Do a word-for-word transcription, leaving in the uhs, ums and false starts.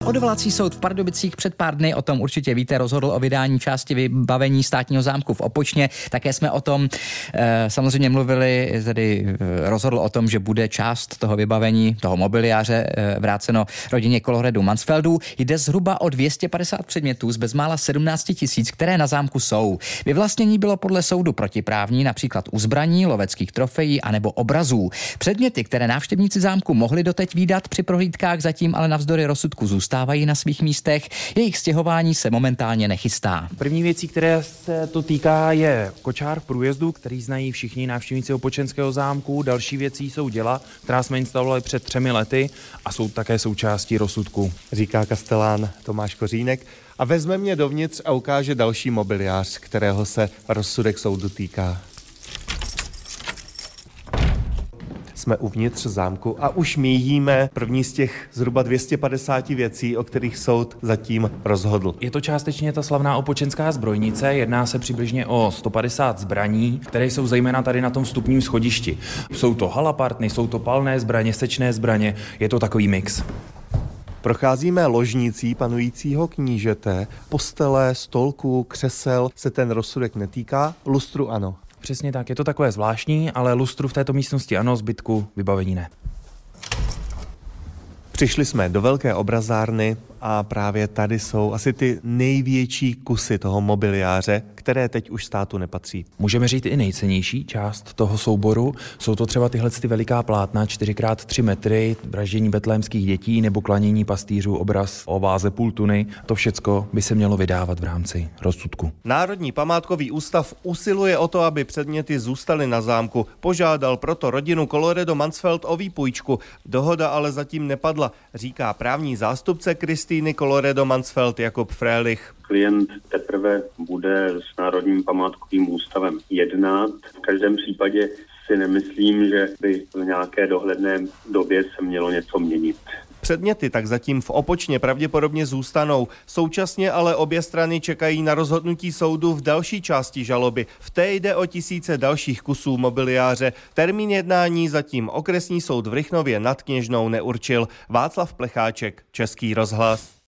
Odvolací soud v Pardubicích před pár dny, o tom určitě víte, rozhodl o vydání části vybavení státního zámku v Opočně. Také jsme o tom e, samozřejmě mluvili, tedy rozhodl o tom, že bude část toho vybavení, toho mobiliáře e, vráceno rodině Koloredu Mansfeldů. Jde zhruba o dvě stě padesát předmětů z bezmála sedmnáct tisíc, které na zámku jsou. Vyvlastnění bylo podle soudu protiprávní, například u zbraní, loveckých trofejí anebo obrazů. Předměty, které návštěvníci zámku mohli doteď vídat při prohlídkách, zatím ale navzdory rozsudku zůstávají na svých místech. Jejich stěhování se momentálně nechystá. První věcí, které se to týká, je kočár v průjezdu, který znají všichni návštěvníci Opočenského zámku. Další věcí jsou děla, která jsme instalovali před třemi lety a jsou také součástí rozsudku. Říká kastelán Tomáš Kořínek a vezme mě dovnitř a ukáže další mobiliář, kterého se rozsudek soudu týká. Jsme uvnitř zámku a už míjíme první z těch zhruba dvě stě padesát věcí, o kterých soud zatím rozhodl. Je to částečně ta slavná opočenská zbrojnice, jedná se přibližně o sto padesát zbraní, které jsou zejména tady na tom vstupním schodišti. Jsou to halapartny, jsou to palné zbraně, sečné zbraně, je to takový mix. Procházíme ložnicí panujícího knížete, postele, stolku, křesel se ten rozsudek netýká, lustru ano. Přesně tak, je to takové zvláštní, ale lustru v této místnosti ano, zbytku vybavení ne. Přišli jsme do velké obrazárny a právě tady jsou asi ty největší kusy toho mobiliáře, které teď už státu nepatří. Můžeme říct i nejcennější část toho souboru. Jsou to třeba tyhle ty veliká plátna, čtyři krát tři metry, vraždění betlémských dětí nebo klanění pastýřů, obraz o váze půl tuny. To všecko by se mělo vydávat v rámci rozsudku. Národní památkový ústav usiluje o to, aby předměty zůstaly na zámku. Požádal proto rodinu Koloredo Mansfeld o výpůjčku. Dohoda ale zatím nepadla, říká právní zástupce Kristýny Koloredo Mansfeld Jakub Frélich. Klient teprve bude s Národním památkovým ústavem jednat. V každém případě si nemyslím, že by v nějaké dohledné době se mělo něco měnit. Předměty tak zatím v Opočně pravděpodobně zůstanou. Současně ale obě strany čekají na rozhodnutí soudu v další části žaloby. V té jde o tisíce dalších kusů mobiliáře. Termín jednání zatím okresní soud v Rychnově nad Kněžnou neurčil. Václav Plecháček, Český rozhlas.